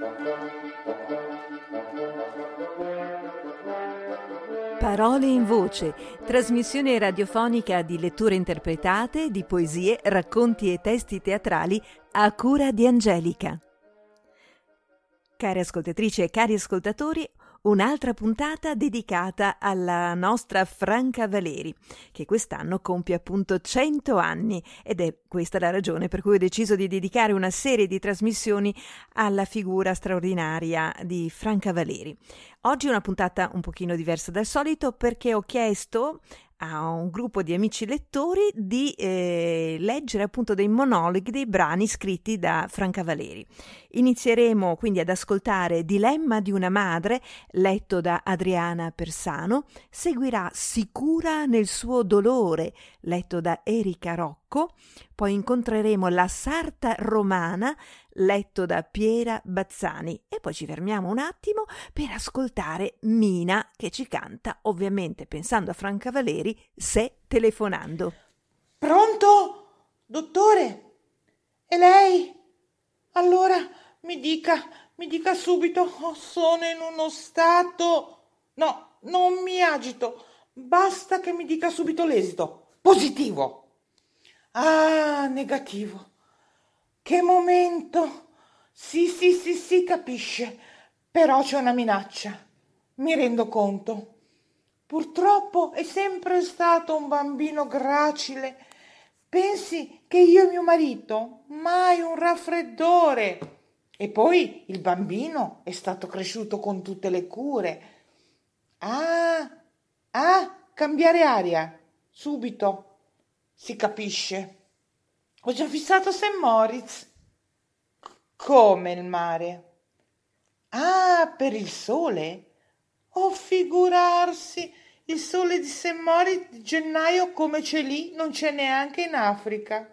Parole in voce, trasmissione radiofonica di letture interpretate, di poesie, racconti e testi teatrali a cura di Angelica. Cari ascoltatrici e cari ascoltatori, un'altra puntata dedicata alla nostra Franca Valeri, che quest'anno compie appunto 100 anni ed è questa la ragione per cui ho deciso di dedicare una serie di trasmissioni alla figura straordinaria di Franca Valeri. Oggi è una puntata un pochino diversa dal solito perché ho chiesto a un gruppo di amici lettori di leggere appunto dei monologhi, dei brani scritti da Franca Valeri. Inizieremo quindi ad ascoltare Dilemma di una madre, letto da Adriana Persano, seguirà Sicura nel suo dolore, letto da Erika Rocco, poi incontreremo La sarta romana, letto da Piera Bazzani, e poi ci fermiamo un attimo per ascoltare Mina che ci canta, ovviamente pensando a Franca Valeri, Se telefonando. Pronto? Dottore? È lei? Allora mi dica subito, sono in uno stato... No, non mi agito, basta che mi dica subito l'esito. Positivo. Ah, negativo. Che momento! Sì, capisce. Però c'è una minaccia. Mi rendo conto. Purtroppo è sempre stato un bambino gracile. Pensi che io e mio marito, mai un raffreddore. E poi il bambino è stato cresciuto con tutte le cure. Cambiare aria. Subito. Si capisce. Ho già fissato St. Moritz. Come il mare? Ah, per il sole? Oh, figurarsi, il sole di St. Moritz di gennaio come c'è lì non c'è neanche in Africa.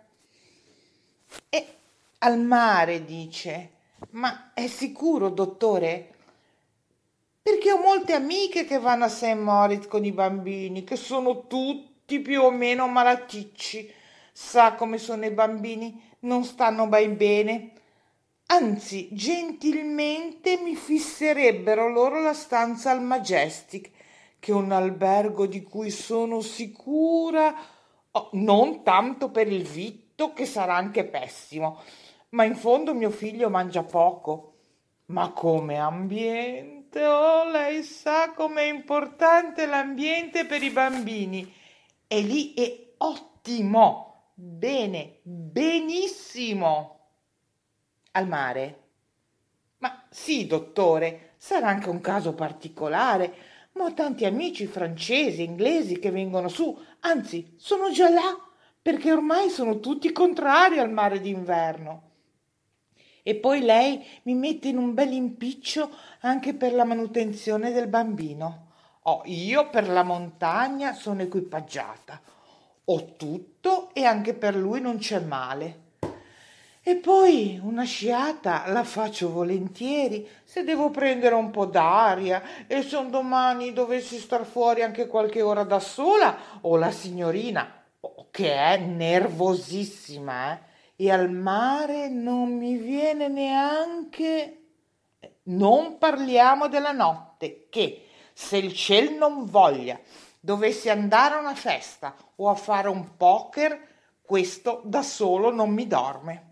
E al mare, dice. Ma è sicuro, dottore? Perché ho molte amiche che vanno a St. Moritz con i bambini, che sono tutti più o meno malaticci. Sa come sono i bambini, non stanno mai bene. Anzi, gentilmente mi fisserebbero loro la stanza al Majestic, che è un albergo di cui sono sicura, non tanto per il vitto, che sarà anche pessimo, ma in fondo mio figlio mangia poco. Ma come ambiente, oh, lei sa com'è importante l'ambiente per i bambini. E lì è ottimo. Bene, benissimo. Al mare? Ma sì, dottore, sarà anche un caso particolare, ma ho tanti amici francesi, inglesi che vengono su, anzi, sono già là, perché ormai sono tutti contrari al mare d'inverno. E poi lei mi mette in un bel impiccio anche per la manutenzione del bambino. Io per la montagna sono equipaggiata. Ho tutto e anche per lui non c'è male. E poi una sciata la faccio volentieri se devo prendere un po' d'aria e se un domani dovessi star fuori anche qualche ora da sola o la signorina, che è nervosissima, e al mare non mi viene neanche... Non parliamo della notte, che se il ciel non voglia dovessi andare a una festa o a fare un poker, questo da solo non mi dorme.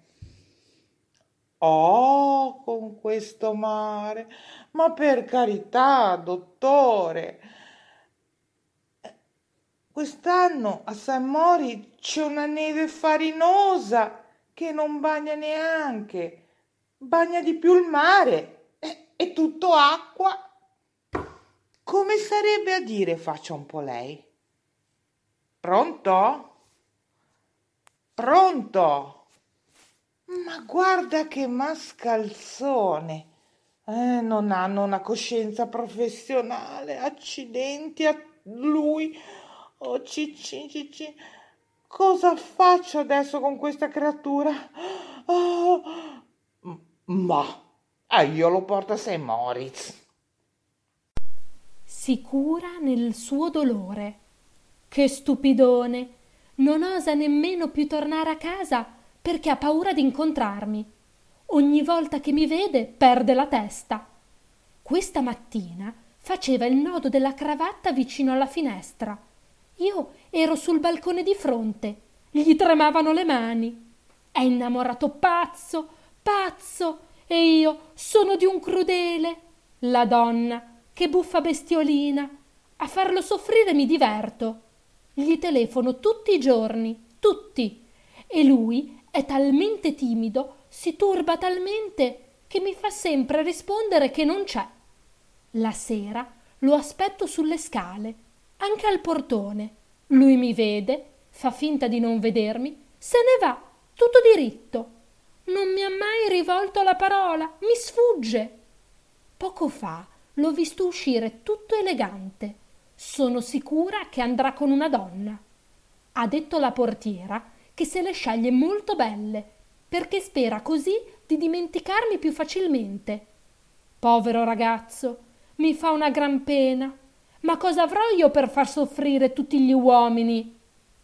Oh, con questo mare, ma per carità, dottore, quest'anno a St. Moritz c'è una neve farinosa che non bagna neanche, bagna di più il mare, è tutto acqua. Come sarebbe a dire, faccia un po' lei? Pronto? Pronto? Ma guarda che mascalzone! Non hanno una coscienza professionale, accidenti a lui. Oh, cicci. Cosa faccio adesso con questa creatura? Oh, io lo porto a St. Moritz. Sicura nel suo dolore. Che stupidone! Non osa nemmeno più tornare a casa perché ha paura di incontrarmi. Ogni volta che mi vede perde la testa. Questa mattina faceva il nodo della cravatta vicino alla finestra. Io ero sul balcone di fronte. Gli tremavano le mani. È innamorato pazzo, pazzo, e io sono di un crudele. La donna, che buffa bestiolina. A farlo soffrire mi diverto. Gli telefono tutti i giorni, tutti. E lui è talmente timido, si turba talmente, che mi fa sempre rispondere che non c'è. La sera lo aspetto sulle scale, anche al portone. Lui mi vede, fa finta di non vedermi, se ne va, tutto diritto. Non mi ha mai rivolto la parola, mi sfugge. Poco fa l'ho visto uscire tutto elegante. Sono sicura che andrà con una donna. Ha detto la portiera che se le sceglie molto belle, perché spera così di dimenticarmi più facilmente. Povero ragazzo, mi fa una gran pena. Ma cosa avrò io per far soffrire tutti gli uomini?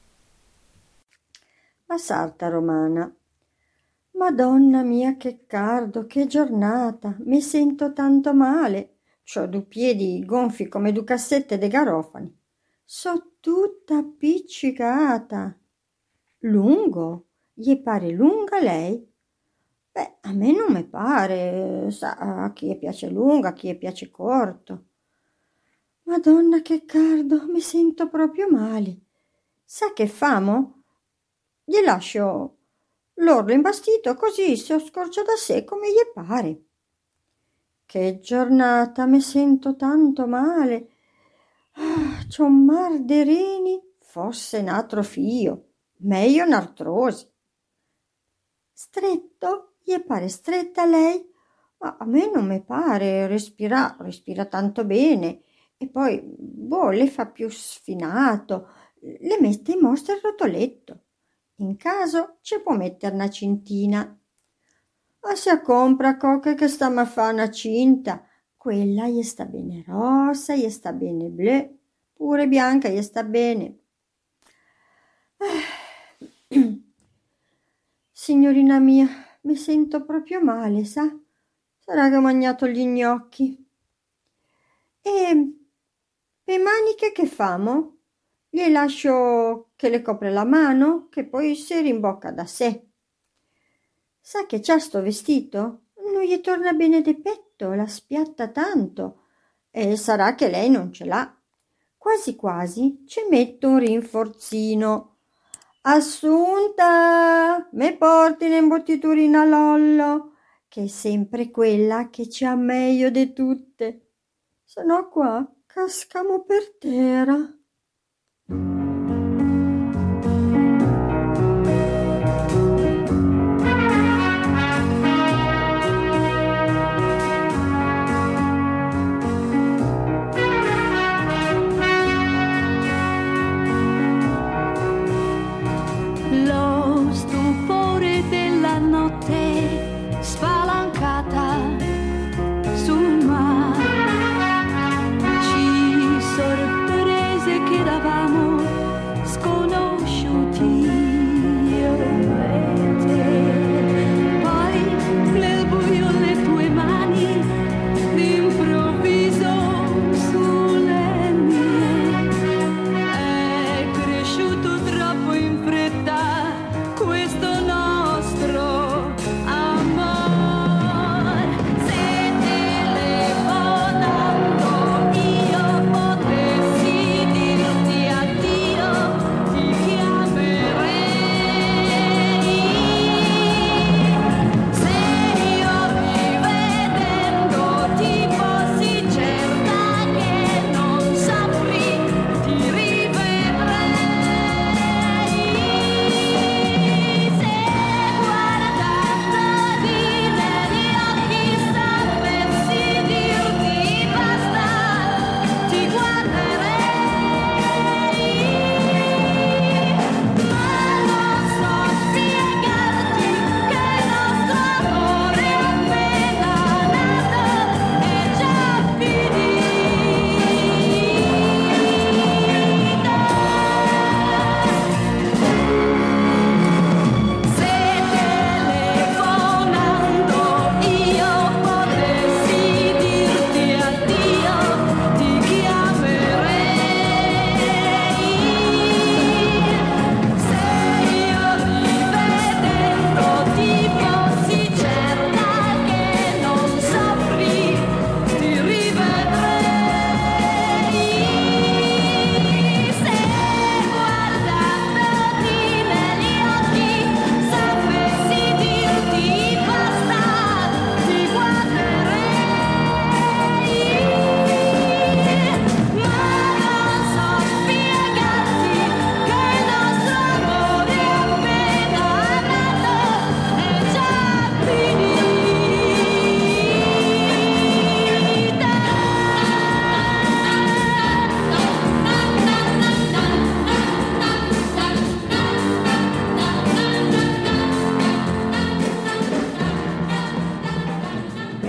La sarta romana. Madonna mia, che caldo, che giornata, mi sento tanto male. C'ho due piedi gonfi come due cassette de garofani. So tutta appiccicata. Lungo? Gli pare lunga lei? Beh, a me non mi pare, sa, a chi piace lunga, a chi piace corto. Madonna, che caldo, mi sento proprio male. Sa che famo? Gli lascio l'orlo imbastito così si scorcia da sé come gli pare. Che giornata, mi sento tanto male. C'ho un mar de reni, fosse un altro fio, meglio un'artrosi. Stretto? Gli pare stretta lei? Ma a me non mi pare, respira tanto bene. E poi, le fa più sfinato, le mette in mostra il rotoletto. In caso ci può mettere una cintina. Ma se compra cocche che sta a fa una cinta, quella gli sta bene rossa, gli sta bene blu, pure bianca gli sta bene. Signorina mia, mi sento proprio male, sa? Sarà che ho mangiato gli gnocchi. E le maniche che famo? Gli lascio che le copre la mano, che poi si rimbocca da sé. Sa che c'ha sto vestito? Non gli torna bene de petto, la spiatta tanto. E sarà che lei non ce l'ha. Quasi quasi ci metto un rinforzino. Assunta, me porti un'imbottiturina Lollo, che è sempre quella che ci ha meglio di tutte. Se no qua cascamo per terra. Lo stupore della notte spalancata sul mare ci sorprese che eravamo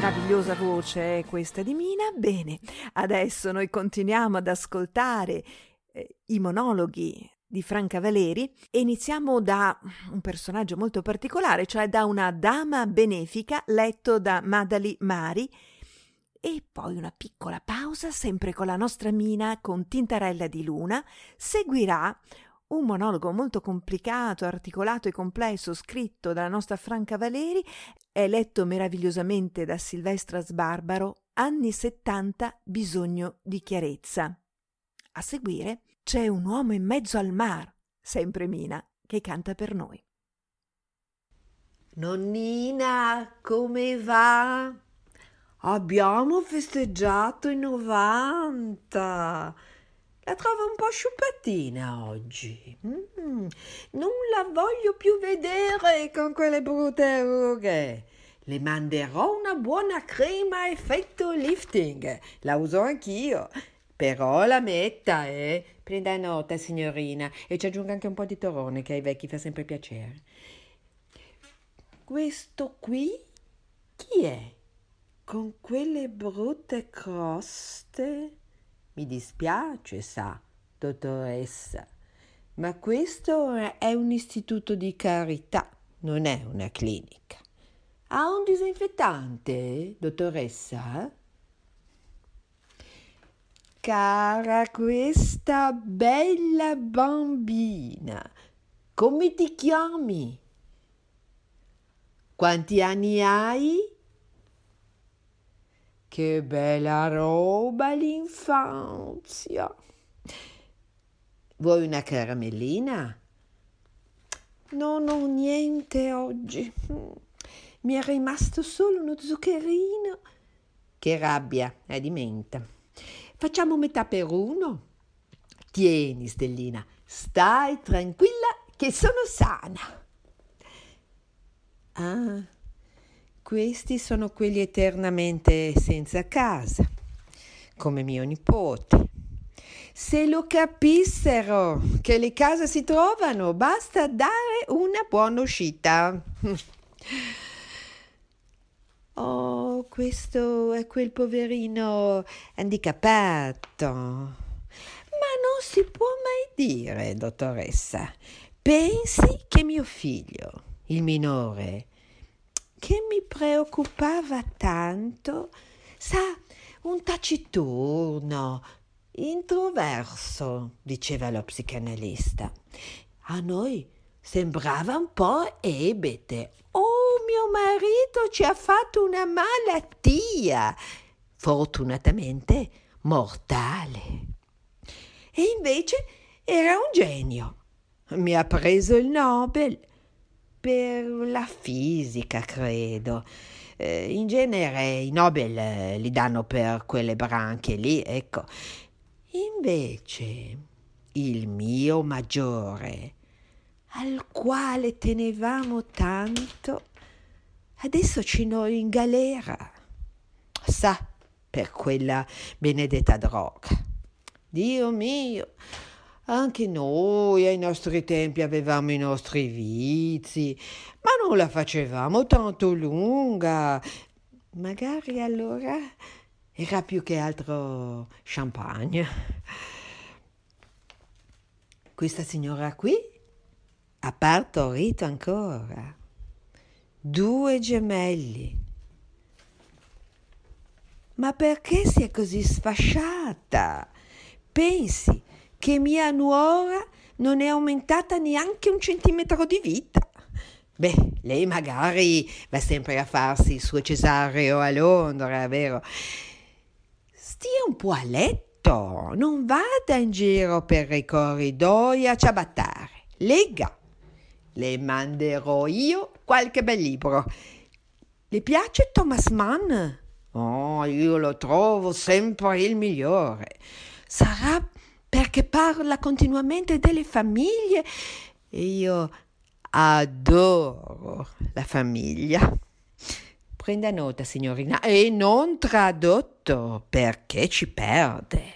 Meravigliosa voce questa di Mina. Bene, adesso noi continuiamo ad ascoltare i monologhi di Franca Valeri e iniziamo da un personaggio molto particolare, cioè da una dama benefica letto da Madali Mari, e poi una piccola pausa sempre con la nostra Mina con Tintarella di Luna. Seguirà un monologo molto complicato, articolato e complesso, scritto dalla nostra Franca Valeri, è letto meravigliosamente da Silvestra Sbarbaro, Anni 70, bisogno di chiarezza. A seguire c'è un uomo in mezzo al mar, sempre Mina, che canta per noi. Nonnina, come va? Abbiamo festeggiato i 90. La trovo un po' sciuppatina oggi. Non la voglio più vedere con quelle brutte rughe. Le manderò una buona crema a effetto lifting. La uso anch'io. Però la metta, Prenda nota, signorina. E ci aggiunga anche un po' di torrone, che ai vecchi fa sempre piacere. Questo qui chi è? Con quelle brutte croste? Mi dispiace, sa, dottoressa, ma questo è un istituto di carità, non è una clinica. Ha un disinfettante, dottoressa? Cara questa bella bambina, come ti chiami? Quanti anni hai? Che bella roba l'infanzia. Vuoi una caramellina? Non ho niente oggi. Mi è rimasto solo uno zuccherino. Che rabbia, è di menta. Facciamo metà per uno? Tieni, Stellina, stai tranquilla che sono sana. Ah, questi sono quelli eternamente senza casa, come mio nipote. Se lo capissero che le case si trovano, basta dare una buona uscita. Oh, questo è quel poverino handicappato. Ma non si può mai dire, dottoressa. Pensi che mio figlio, il minore, che mi preoccupava tanto, sa, un taciturno, introverso, diceva lo psicanalista. A noi sembrava un po' ebete. Oh, mio marito ci ha fatto una malattia, fortunatamente mortale. E invece era un genio. Mi ha preso il Nobel per la fisica, credo. In genere i Nobel li danno per quelle branche lì, ecco. Invece il mio maggiore, al quale tenevamo tanto, adesso ci noi in galera. Sa, per quella benedetta droga. Dio mio, anche noi ai nostri tempi avevamo i nostri vizi, ma non la facevamo tanto lunga. Magari allora era più che altro champagne. Questa signora qui ha partorito ancora 2 gemelli. Ma perché si è così sfasciata? Pensi che mia nuora non è aumentata neanche 1 centimetro di vita. Beh, lei magari va sempre a farsi il suo cesareo a Londra, vero? Stia un po' a letto, non vada in giro per i corridoi a ciabattare. Legga, le manderò io qualche bel libro. Le piace Thomas Mann? Oh, io lo trovo sempre il migliore. Sarà perché parla continuamente delle famiglie e io adoro la famiglia. Prenda nota, signorina, e non tradotto perché ci perde.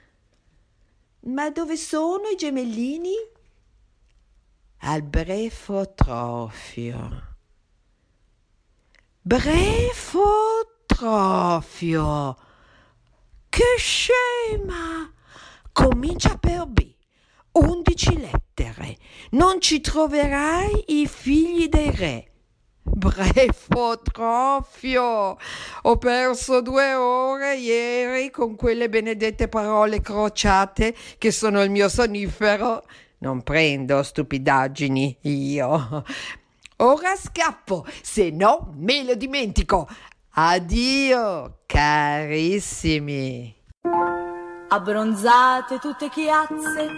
Ma dove sono i gemellini? Al Brefotrofio. Brefotrofio? Trofio, che scema! Comincia per B, 11 lettere. Non ci troverai i figli dei re. Brefo, Trofio, ho perso 2 ore ieri con quelle benedette parole crociate che sono il mio sonnifero. Non prendo stupidaggini io. Ora scappo, se no me lo dimentico. Addio, carissimi. Abbronzate tutte chiazze,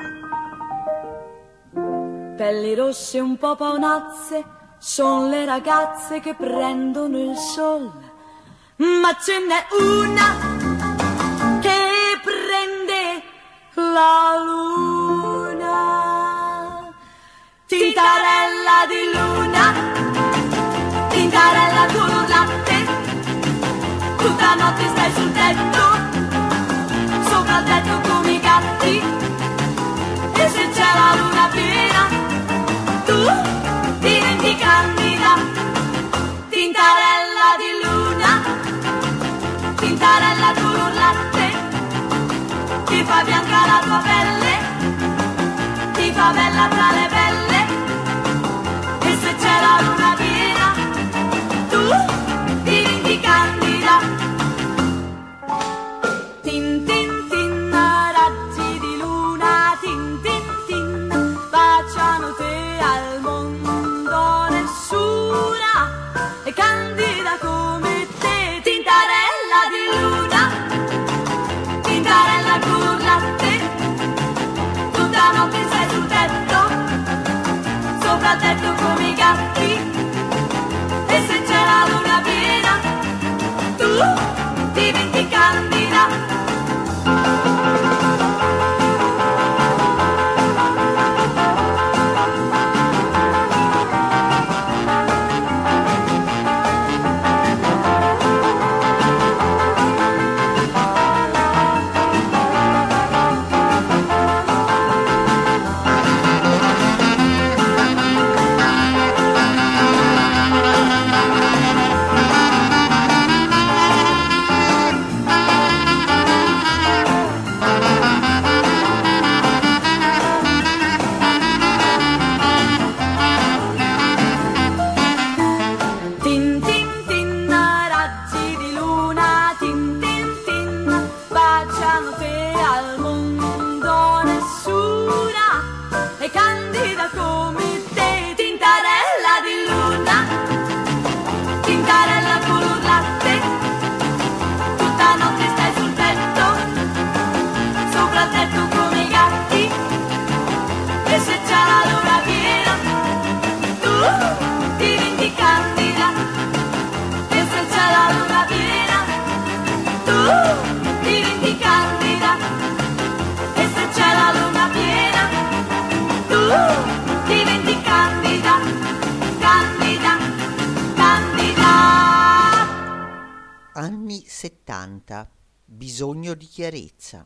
pelli rosse un po' paonazze, son le ragazze che prendono il sol. Ma ce n'è una che prende la luna. Tintarella di luna, tintarella con un latte, tutta notte stai sul tetto, sopra il tetto come i gatti, e se c'è la luna piena tu diventi candida. Tintarella di luna, tintarella con un latte, ti fa bianca la tua pelle, ti fa bella tra le belle, e se c'è la luna piena tu diventi candida. Tin tin tin, raggi di luna, tin tin tin, baciano te al mondo, nessuna è candida come te. Tintarella di luna, tintarella con un latte, tutta notte stai sul tetto, sopra il tetto come i gatti, e se c'è la luna piena tu diventi candida. Anni 70. Bisogno di chiarezza.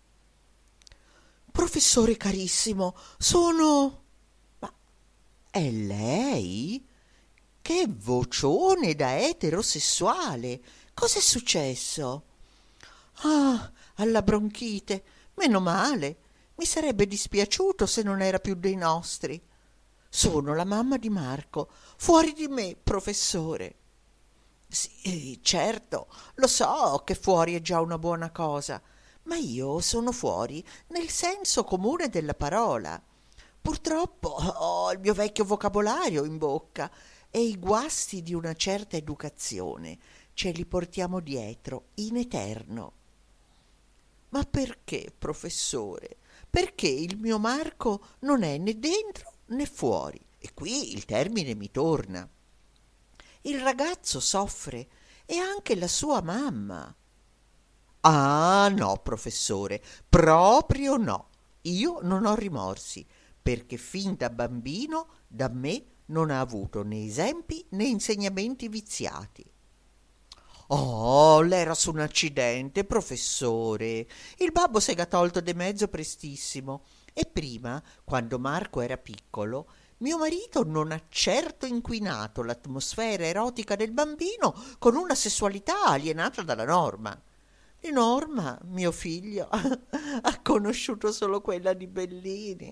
Professore carissimo, sono... Ma è lei? Che vocione da eterosessuale! Cos'è successo? Ah, alla bronchite. Meno male. Mi sarebbe dispiaciuto se non era più dei nostri. Sono la mamma di Marco. Fuori di me, professore. Sì, certo, lo so che fuori è già una buona cosa, ma io sono fuori nel senso comune della parola. Purtroppo ho il mio vecchio vocabolario in bocca e i guasti di una certa educazione ce li portiamo dietro in eterno. Ma perché, professore? Perché il mio Marco non è né dentro né fuori? E qui il termine mi torna. Il ragazzo soffre e anche la sua mamma. Ah no, professore, proprio no. Io non ho rimorsi, perché fin da bambino da me non ha avuto né esempi né insegnamenti viziati. Oh, l'era su un accidente, professore. Il babbo se l'ha tolto di mezzo prestissimo. E prima, quando Marco era piccolo, mio marito non ha certo inquinato l'atmosfera erotica del bambino con una sessualità alienata dalla norma. Di norma mio figlio ha conosciuto solo quella di Bellini.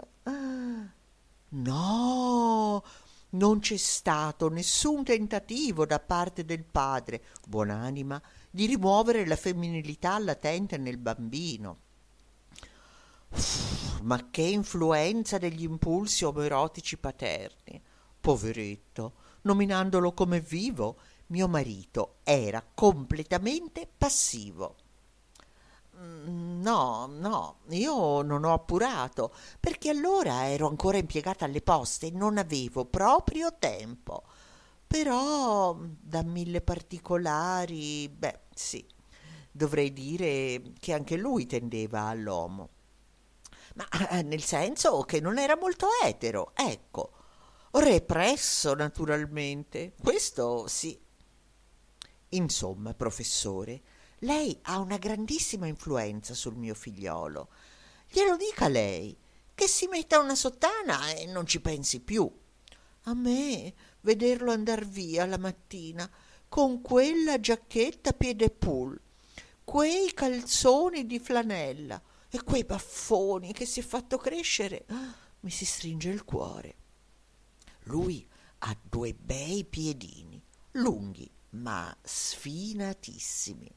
No, non c'è stato nessun tentativo da parte del padre, buonanima, di rimuovere la femminilità latente nel bambino. Ma che influenza degli impulsi omoerotici paterni. Poveretto, nominandolo come vivo, mio marito era completamente passivo. No, io non ho appurato, perché allora ero ancora impiegata alle poste e non avevo proprio tempo. Però, da 1000 particolari, sì, dovrei dire che anche lui tendeva all'omo. Ma nel senso che non era molto etero, ecco. Represso, naturalmente, questo sì. Insomma, professore, lei ha una grandissima influenza sul mio figliolo. Glielo dica lei, che si metta una sottana e non ci pensi più. A me vederlo andar via la mattina con quella giacchetta piede pool, quei calzoni di flanella e quei baffoni che si è fatto crescere, mi si stringe il cuore. Lui ha 2 bei piedini, lunghi ma sfinatissimi.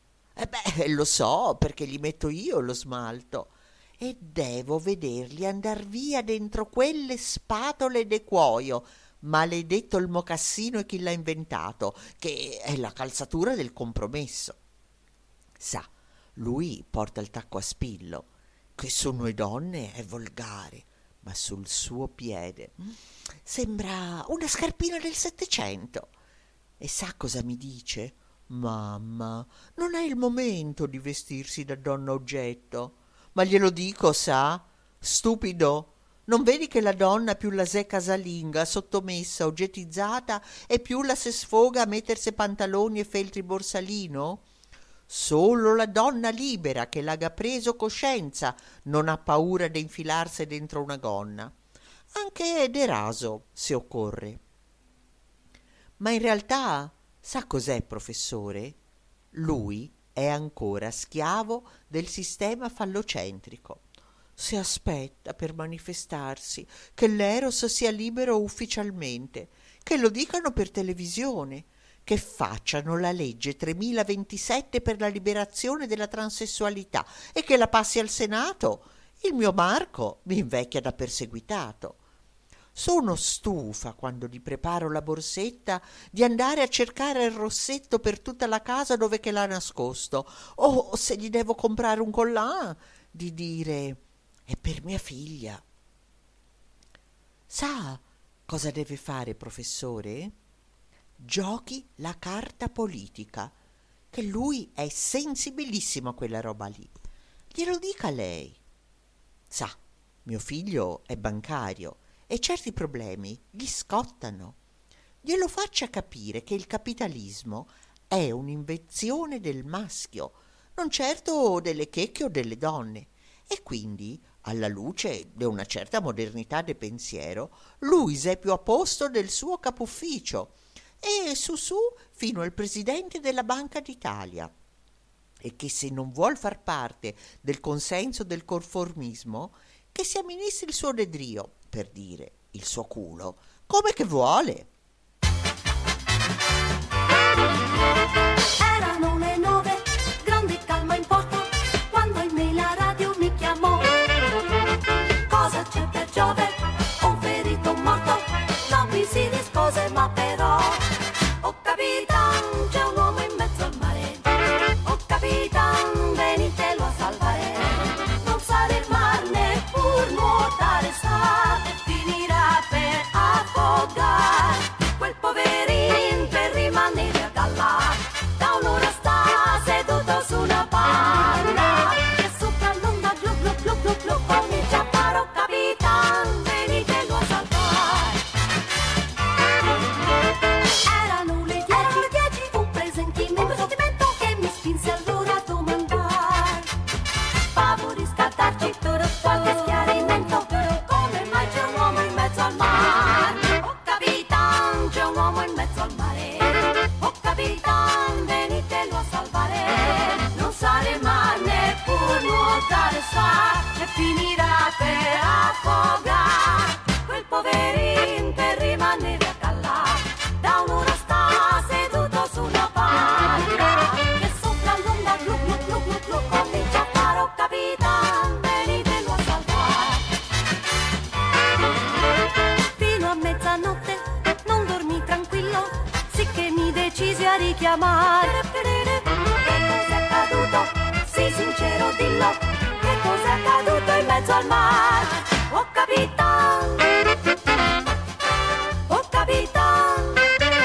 Lo so, perché gli metto io lo smalto e devo vederli andar via dentro quelle spatole de cuoio. Maledetto il mocassino e chi l'ha inventato, che è la calzatura del compromesso. Sa, lui porta il tacco a spillo, che su noi donne è volgare, ma sul suo piede sembra una scarpina del Settecento. E sa cosa mi dice? Mamma, non è il momento di vestirsi da donna oggetto. Ma glielo dico, sa? Stupido, non vedi che la donna più la s'è casalinga, sottomessa, oggettizzata, e più la se sfoga a mettersi pantaloni e feltri borsalino? Solo la donna libera che l'aga preso coscienza non ha paura di infilarsi dentro una gonna, anche de raso, se occorre. Ma in realtà, sa cos'è, professore? Lui è ancora schiavo del sistema fallocentrico. Si aspetta per manifestarsi che l'eros sia libero ufficialmente, che lo dicano per televisione, che facciano la legge 3027 per la liberazione della transessualità e che la passi al Senato. Il mio Marco mi invecchia da perseguitato. Sono stufa, quando gli preparo la borsetta, di andare a cercare il rossetto per tutta la casa dove che l'ha nascosto, o se gli devo comprare un collant, di dire è per mia figlia. Sa cosa deve fare, professore? Giochi la carta politica, che lui è sensibilissimo a quella roba lì. Glielo dica lei. Sa, mio figlio è bancario e certi problemi gli scottano. Glielo faccia capire che il capitalismo è un'invenzione del maschio, non certo delle checche o delle donne, e quindi, alla luce di una certa modernità de pensiero, lui s'è più a posto del suo capufficio e su fino al presidente della Banca d'Italia, e che se non vuol far parte del consenso del conformismo, che si amministri il suo dedrio, per dire il suo culo, come che vuole. Erano le 9, grande calma in porto, quando in me la radio mi chiamò. Cosa c'è per Giove? Un ferito, un morto? Non mi si rispose, ma però oh capitan, c'è un uomo in mezzo al mare. Oh capitan, venitelo a salvare. Non sa il mar neppur nuotare sa, finirà per affogare. decisi a richiamare. Che cos'è accaduto? Sii sincero, dillo. Che cos'è accaduto in mezzo al mare? Oh capitan, oh capitan.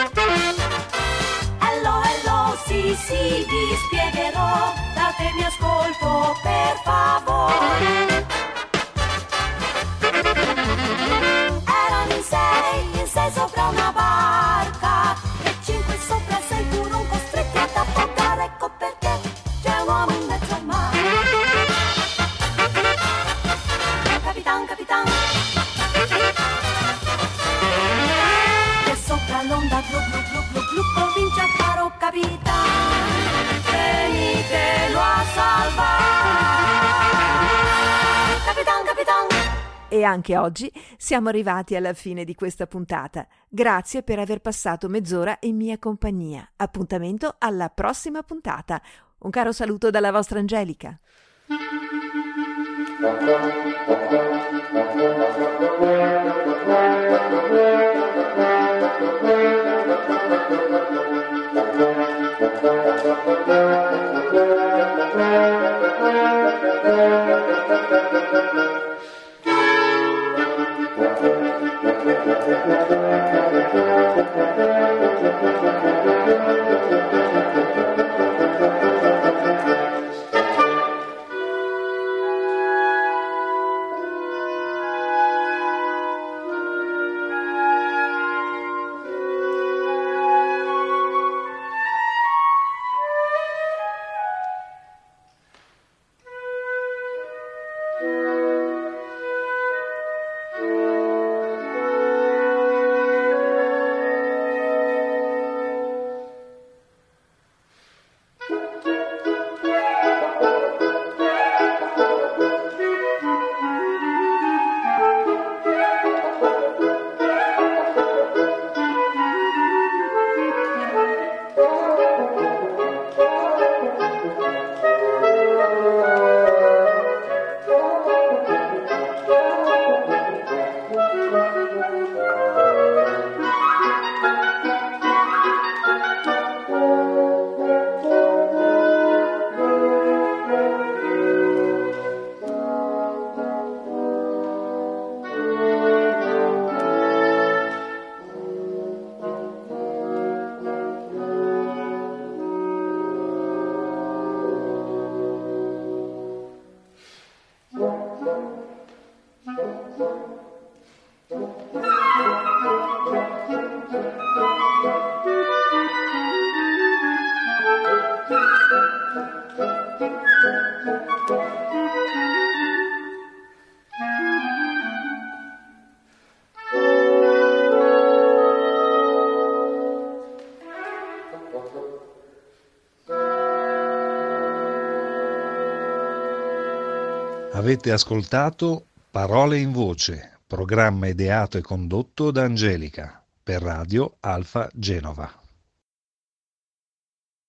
Hello, hello, sì, sì, vi spiegherò. Datemi ascolto, per favore. Erano in sei sopra una barca e 5 sopra 6 furono costretti ad affogare. Ecco perché c'è un uomo in mezzo al mare. Capitan, capitan. E sopra l'onda blu blu blu blu blu comincia a fare oh capitan. Venitelo a salvare. Capitan, capitan. E anche oggi siamo arrivati alla fine di questa puntata. Grazie per aver passato mezz'ora in mia compagnia. Appuntamento alla prossima puntata. Un caro saluto dalla vostra Angelica. Avete ascoltato Parole in Voce, programma ideato e condotto da Angelica per Radio Alfa Genova.